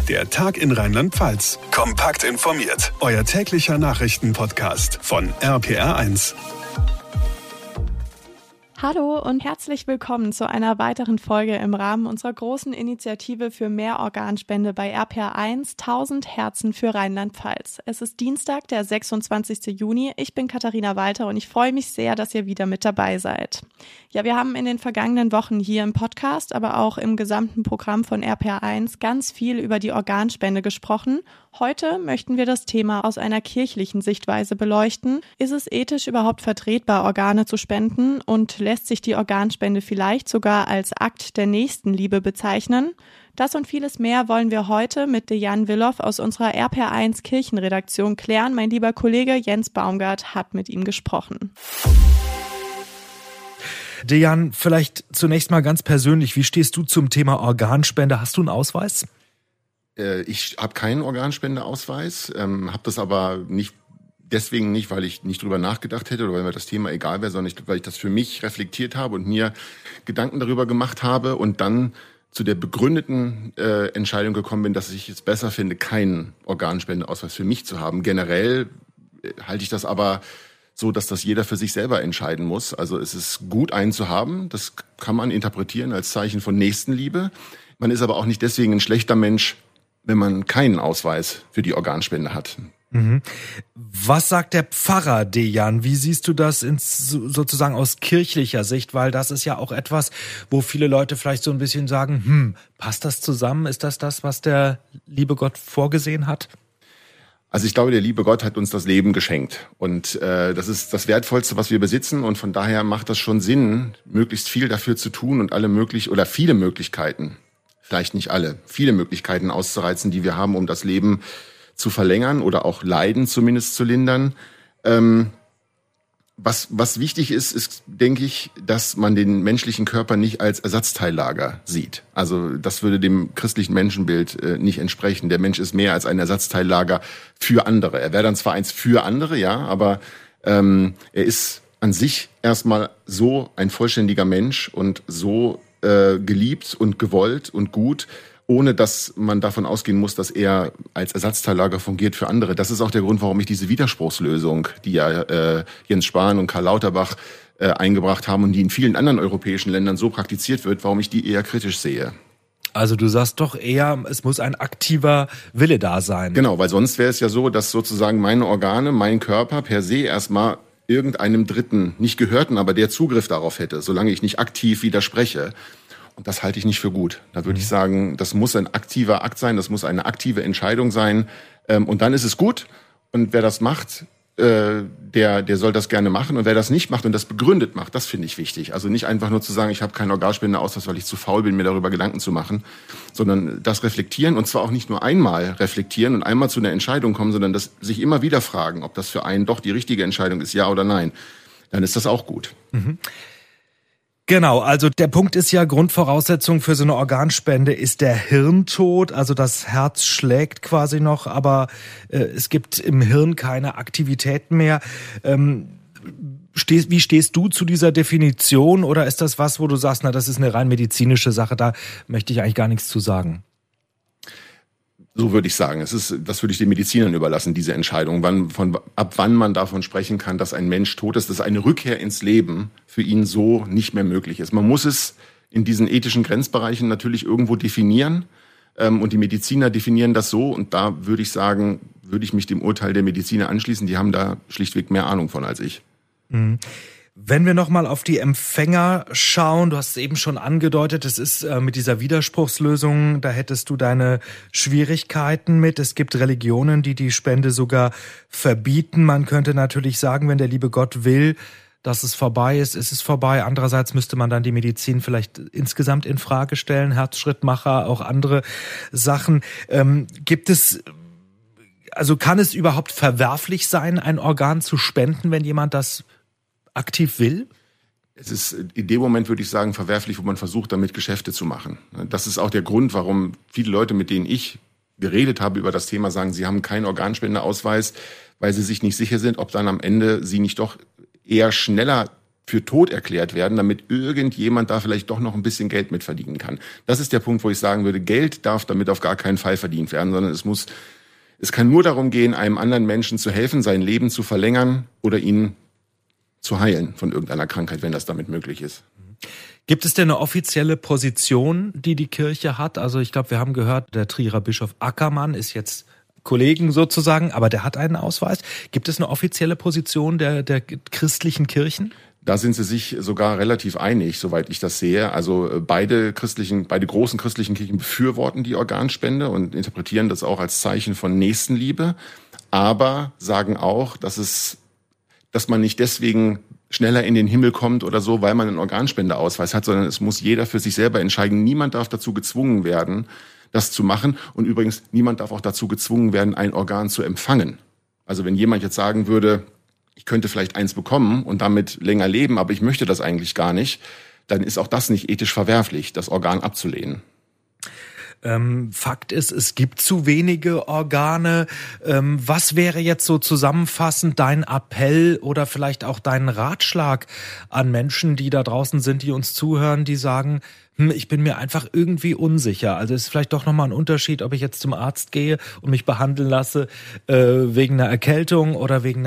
Der Tag in Rheinland-Pfalz. Kompakt informiert. Euer täglicher Nachrichtenpodcast von RPR1. Hallo und herzlich willkommen zu einer weiteren Folge im Rahmen unserer großen Initiative für mehr Organspende bei RPR1 1000 Herzen für Rheinland-Pfalz. Es ist Dienstag, der 26. Juni. Ich bin Katharina Walter und ich freue mich sehr, dass ihr wieder mit dabei seid. Ja, wir haben in den vergangenen Wochen hier im Podcast, aber auch im gesamten Programm von RPR1 ganz viel über die Organspende gesprochen. Heute möchten wir das Thema aus einer kirchlichen Sichtweise beleuchten. Ist es ethisch überhaupt vertretbar, Organe zu spenden, und lässt sich die Organspende vielleicht sogar als Akt der Nächstenliebe bezeichnen? Das und vieles mehr wollen wir heute mit Dejan Willow aus unserer RPR1 Kirchenredaktion klären. Mein lieber Kollege Jens Baumgart hat mit ihm gesprochen. Dejan, vielleicht zunächst mal ganz persönlich, wie stehst du zum Thema Organspende? Hast du einen Ausweis? Ich habe keinen Organspendeausweis, habe das aber deswegen nicht, weil ich nicht drüber nachgedacht hätte oder weil mir das Thema egal wäre, sondern weil ich das für mich reflektiert habe und mir Gedanken darüber gemacht habe und dann zu der begründeten Entscheidung gekommen bin, dass ich es besser finde, keinen Organspendeausweis für mich zu haben. Generell halte ich das aber so, dass das jeder für sich selber entscheiden muss. Also es ist gut, einen zu haben. Das kann man interpretieren als Zeichen von Nächstenliebe. Man ist aber auch nicht deswegen ein schlechter Mensch, wenn man keinen Ausweis für die Organspende hat. Mhm. Was sagt der Pfarrer, Dejan? Wie siehst du das sozusagen aus kirchlicher Sicht? Weil das ist ja auch etwas, wo viele Leute vielleicht so ein bisschen sagen, passt das zusammen? Ist das, was der liebe Gott vorgesehen hat? Also ich glaube, der liebe Gott hat uns das Leben geschenkt. Und das ist das Wertvollste, was wir besitzen. Und von daher macht das schon Sinn, möglichst viel dafür zu tun und viele Möglichkeiten, vielleicht nicht alle, viele Möglichkeiten auszureizen, die wir haben, um das Leben zu verlängern oder auch Leiden zumindest zu lindern. Was wichtig ist, denke ich, dass man den menschlichen Körper nicht als Ersatzteillager sieht. Also das würde dem christlichen Menschenbild nicht entsprechen. Der Mensch ist mehr als ein Ersatzteillager für andere. Er wäre dann zwar eins für andere, ja, aber er ist an sich erstmal so ein vollständiger Mensch und so geliebt und gewollt und gut, ohne dass man davon ausgehen muss, dass er als Ersatzteillager fungiert für andere. Das ist auch der Grund, warum ich diese Widerspruchslösung, die ja Jens Spahn und Karl Lauterbach eingebracht haben und die in vielen anderen europäischen Ländern so praktiziert wird, warum ich die eher kritisch sehe. Also du sagst doch eher, es muss ein aktiver Wille da sein. Genau, weil sonst wäre es ja so, dass sozusagen meine Organe, mein Körper per se erstmal irgendeinem Dritten nicht gehörten, aber der Zugriff darauf hätte, solange ich nicht aktiv widerspreche. Und das halte ich nicht für gut. Da würde ich sagen, das muss ein aktiver Akt sein, das muss eine aktive Entscheidung sein. Und dann ist es gut. Und wer das macht, der soll das gerne machen. Und wer das nicht macht und das begründet macht, das finde ich wichtig. Also nicht einfach nur zu sagen, ich habe keinen Organspendeausweis, weil ich zu faul bin, mir darüber Gedanken zu machen, sondern das reflektieren, und zwar auch nicht nur einmal reflektieren und einmal zu einer Entscheidung kommen, sondern das sich immer wieder fragen, ob das für einen doch die richtige Entscheidung ist, ja oder nein. Dann ist das auch gut. Mhm. Genau, also der Punkt ist ja, Grundvoraussetzung für so eine Organspende ist der Hirntod, also das Herz schlägt quasi noch, aber es gibt im Hirn keine Aktivitäten mehr. Wie stehst du zu dieser Definition, oder ist das was, wo du sagst, das ist eine rein medizinische Sache, da möchte ich eigentlich gar nichts zu sagen? So würde ich sagen. Das würde ich den Medizinern überlassen, diese Entscheidung, ab wann man davon sprechen kann, dass ein Mensch tot ist, dass eine Rückkehr ins Leben für ihn so nicht mehr möglich ist. Man muss es in diesen ethischen Grenzbereichen natürlich irgendwo definieren, und die Mediziner definieren das so, und da würde ich sagen, würde ich mich dem Urteil der Mediziner anschließen. Die haben da schlichtweg mehr Ahnung von als ich. Mhm. Wenn wir nochmal auf die Empfänger schauen, du hast es eben schon angedeutet, es ist mit dieser Widerspruchslösung, da hättest du deine Schwierigkeiten mit. Es gibt Religionen, die die Spende sogar verbieten. Man könnte natürlich sagen, wenn der liebe Gott will, dass es vorbei ist es vorbei. Andererseits müsste man dann die Medizin vielleicht insgesamt in Frage stellen, Herzschrittmacher, auch andere Sachen. Kann es überhaupt verwerflich sein, ein Organ zu spenden, wenn jemand das aktiv will? Es ist in dem Moment, würde ich sagen, verwerflich, wo man versucht, damit Geschäfte zu machen. Das ist auch der Grund, warum viele Leute, mit denen ich geredet habe über das Thema, sagen, sie haben keinen Organspendeausweis, weil sie sich nicht sicher sind, ob dann am Ende sie nicht doch eher schneller für tot erklärt werden, damit irgendjemand da vielleicht doch noch ein bisschen Geld mit verdienen kann. Das ist der Punkt, wo ich sagen würde, Geld darf damit auf gar keinen Fall verdient werden, sondern es kann nur darum gehen, einem anderen Menschen zu helfen, sein Leben zu verlängern oder ihn zu heilen von irgendeiner Krankheit, wenn das damit möglich ist. Gibt es denn eine offizielle Position, die die Kirche hat? Also ich glaube, wir haben gehört, der Trierer Bischof Ackermann ist jetzt Kollegen sozusagen, aber der hat einen Ausweis. Gibt es eine offizielle Position der christlichen Kirchen? Da sind sie sich sogar relativ einig, soweit ich das sehe. Also beide großen christlichen Kirchen befürworten die Organspende und interpretieren das auch als Zeichen von Nächstenliebe, aber sagen auch, dass man nicht deswegen schneller in den Himmel kommt oder so, weil man einen Organspendeausweis hat, sondern es muss jeder für sich selber entscheiden. Niemand darf dazu gezwungen werden, das zu machen. Und übrigens, niemand darf auch dazu gezwungen werden, ein Organ zu empfangen. Also wenn jemand jetzt sagen würde, ich könnte vielleicht eins bekommen und damit länger leben, aber ich möchte das eigentlich gar nicht, dann ist auch das nicht ethisch verwerflich, das Organ abzulehnen. Fakt ist, es gibt zu wenige Organe. Was wäre jetzt so zusammenfassend dein Appell oder vielleicht auch dein Ratschlag an Menschen, die da draußen sind, die uns zuhören, die sagen, ich bin mir einfach irgendwie unsicher. Also es ist vielleicht doch nochmal ein Unterschied, ob ich jetzt zum Arzt gehe und mich behandeln lasse wegen einer Erkältung oder wegen,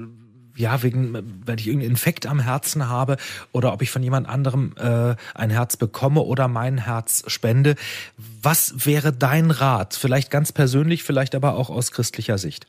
wenn ich irgendeinen Infekt am Herzen habe oder ob ich von jemand anderem ein Herz bekomme oder mein Herz spende. Was wäre dein Rat? Vielleicht ganz persönlich, vielleicht aber auch aus christlicher Sicht.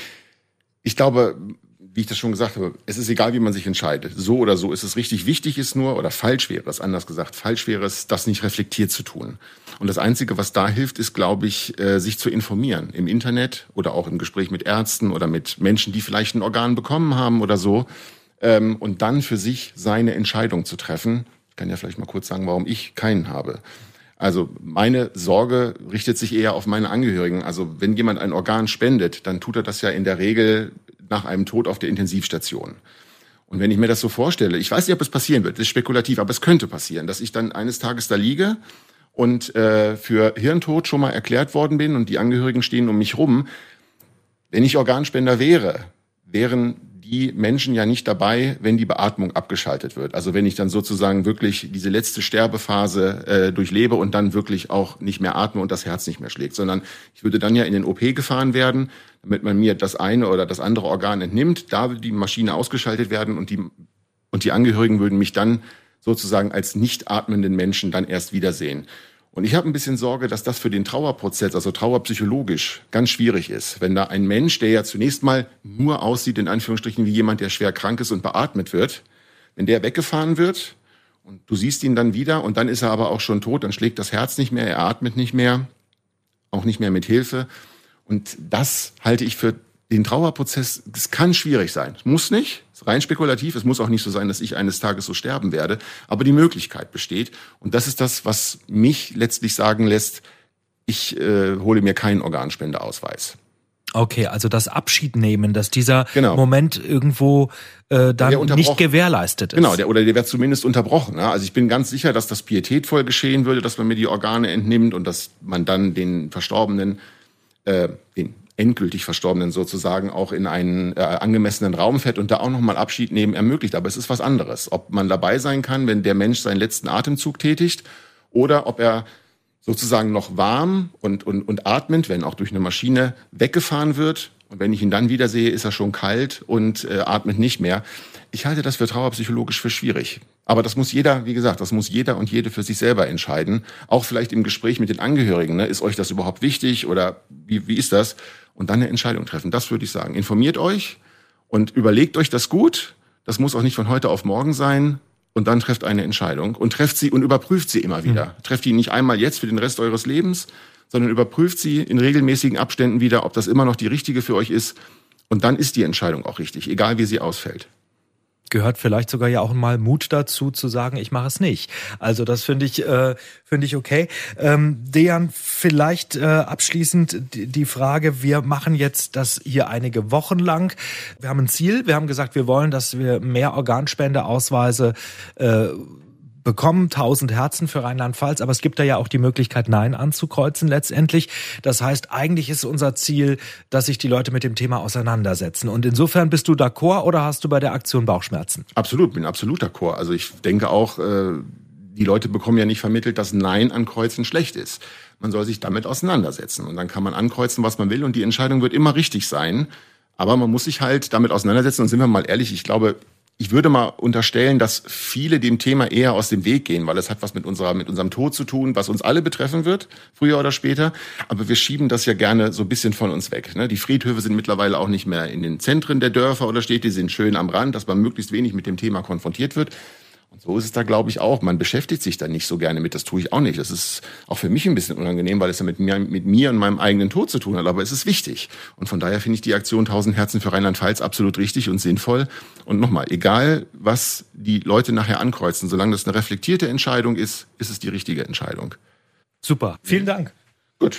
Ich glaube, wie ich das schon gesagt habe, es ist egal, wie man sich entscheidet. So oder so ist es richtig. Wichtig ist nur, oder falsch wäre es, anders gesagt, falsch wäre es, das nicht reflektiert zu tun. Und das Einzige, was da hilft, ist, glaube ich, sich zu informieren. Im Internet oder auch im Gespräch mit Ärzten oder mit Menschen, die vielleicht ein Organ bekommen haben oder so. Und dann für sich seine Entscheidung zu treffen. Ich kann ja vielleicht mal kurz sagen, warum ich keinen habe. Also meine Sorge richtet sich eher auf meine Angehörigen. Also wenn jemand ein Organ spendet, dann tut er das ja in der Regel nach einem Tod auf der Intensivstation. Und wenn ich mir das so vorstelle, ich weiß nicht, ob es passieren wird, das ist spekulativ, aber es könnte passieren, dass ich dann eines Tages da liege und für Hirntod schon mal erklärt worden bin und die Angehörigen stehen um mich rum. Wenn ich Organspender wäre, wären die Menschen ja nicht dabei, wenn die Beatmung abgeschaltet wird. Also wenn ich dann sozusagen wirklich diese letzte Sterbephase durchlebe und dann wirklich auch nicht mehr atme und das Herz nicht mehr schlägt, sondern ich würde dann ja in den OP gefahren werden, damit man mir das eine oder das andere Organ entnimmt, da würde die Maschine ausgeschaltet werden und die Angehörigen würden mich dann sozusagen als nicht atmenden Menschen dann erst wiedersehen. Und ich habe ein bisschen Sorge, dass das für den Trauerprozess, also trauerpsychologisch, ganz schwierig ist. Wenn da ein Mensch, der ja zunächst mal nur aussieht, in Anführungsstrichen, wie jemand, der schwer krank ist und beatmet wird, wenn der weggefahren wird und du siehst ihn dann wieder und dann ist er aber auch schon tot, dann schlägt das Herz nicht mehr, er atmet nicht mehr, auch nicht mehr mit Hilfe. Und das halte ich für den Trauerprozess, das kann schwierig sein. Es muss nicht, es ist rein spekulativ, es muss auch nicht so sein, dass ich eines Tages so sterben werde, aber die Möglichkeit besteht. Und das ist das, was mich letztlich sagen lässt, ich hole mir keinen Organspendeausweis. Okay, also das Abschied nehmen, dass dieser Moment irgendwo dann nicht gewährleistet ist. Genau, der wird zumindest unterbrochen. Ja? Also ich bin ganz sicher, dass das pietätvoll geschehen würde, dass man mir die Organe entnimmt und dass man dann den Verstorbenen, den endgültig Verstorbenen sozusagen auch in einen angemessenen Raum fährt und da auch nochmal Abschied nehmen ermöglicht. Aber es ist was anderes, ob man dabei sein kann, wenn der Mensch seinen letzten Atemzug tätigt oder ob er sozusagen noch warm und atmend, wenn auch durch eine Maschine weggefahren wird. Und wenn ich ihn dann wieder sehe, ist er schon kalt und atmet nicht mehr. Ich halte das für trauerpsychologisch für schwierig. Aber das muss jeder, wie gesagt, das muss jeder und jede für sich selber entscheiden. Auch vielleicht im Gespräch mit den Angehörigen. Ne? Ist euch das überhaupt wichtig oder wie ist das? Und dann eine Entscheidung treffen. Das würde ich sagen. Informiert euch und überlegt euch das gut. Das muss auch nicht von heute auf morgen sein. Und dann trefft eine Entscheidung und trefft sie und überprüft sie immer wieder. Trefft die nicht einmal jetzt für den Rest eures Lebens, sondern überprüft sie in regelmäßigen Abständen wieder, ob das immer noch die richtige für euch ist. Und dann ist die Entscheidung auch richtig, egal wie sie ausfällt. Gehört vielleicht sogar ja auch mal Mut dazu, zu sagen, ich mache es nicht. Also das finde ich okay. Dejan, vielleicht abschließend die Frage, wir machen jetzt das hier einige Wochen lang. Wir haben ein Ziel, wir haben gesagt, wir wollen, dass wir mehr Organspendeausweise bekommen 1000 Herzen für Rheinland-Pfalz, aber es gibt da ja auch die Möglichkeit, Nein anzukreuzen letztendlich. Das heißt, eigentlich ist unser Ziel, dass sich die Leute mit dem Thema auseinandersetzen. Und insofern bist du d'accord oder hast du bei der Aktion Bauchschmerzen? Absolut, bin absolut d'accord. Also ich denke auch, die Leute bekommen ja nicht vermittelt, dass Nein ankreuzen schlecht ist. Man soll sich damit auseinandersetzen und dann kann man ankreuzen, was man will und die Entscheidung wird immer richtig sein. Aber man muss sich halt damit auseinandersetzen und sind wir mal ehrlich, ich glaube, ich würde mal unterstellen, dass viele dem Thema eher aus dem Weg gehen, weil es hat was mit unserem Tod zu tun, was uns alle betreffen wird, früher oder später. Aber wir schieben das ja gerne so ein bisschen von uns weg. Die Friedhöfe sind mittlerweile auch nicht mehr in den Zentren der Dörfer oder Städte, die sind schön am Rand, dass man möglichst wenig mit dem Thema konfrontiert wird. Und so ist es da, glaube ich, auch. Man beschäftigt sich da nicht so gerne mit, das tue ich auch nicht. Das ist auch für mich ein bisschen unangenehm, weil es ja mit mir und meinem eigenen Tod zu tun hat. Aber es ist wichtig. Und von daher finde ich die Aktion 1000 Herzen für Rheinland-Pfalz absolut richtig und sinnvoll. Und nochmal, egal was die Leute nachher ankreuzen, solange das eine reflektierte Entscheidung ist, ist es die richtige Entscheidung. Super, vielen Dank. Gut.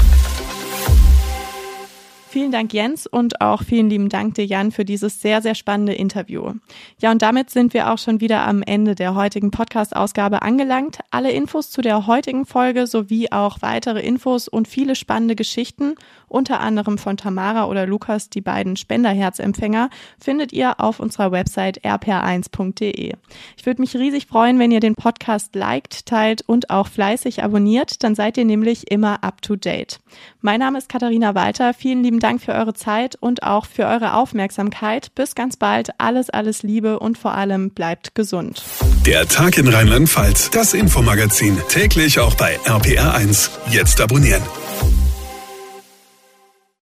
Vielen Dank, Jens, und auch vielen lieben Dank dir, Jan, für dieses sehr, sehr spannende Interview. Ja, und damit sind wir auch schon wieder am Ende der heutigen Podcast-Ausgabe angelangt. Alle Infos zu der heutigen Folge sowie auch weitere Infos und viele spannende Geschichten, unter anderem von Tamara oder Lukas, die beiden Spenderherzempfänger, findet ihr auf unserer Website rpr1.de. Ich würde mich riesig freuen, wenn ihr den Podcast liked, teilt und auch fleißig abonniert, dann seid ihr nämlich immer up to date. Mein Name ist Katharina Walter, vielen lieben Dank für eure Zeit und auch für eure Aufmerksamkeit. Bis ganz bald, alles Liebe und vor allem bleibt gesund. Der Tag in Rheinland-Pfalz, das Infomagazin, täglich auch bei RPR1. Jetzt abonnieren.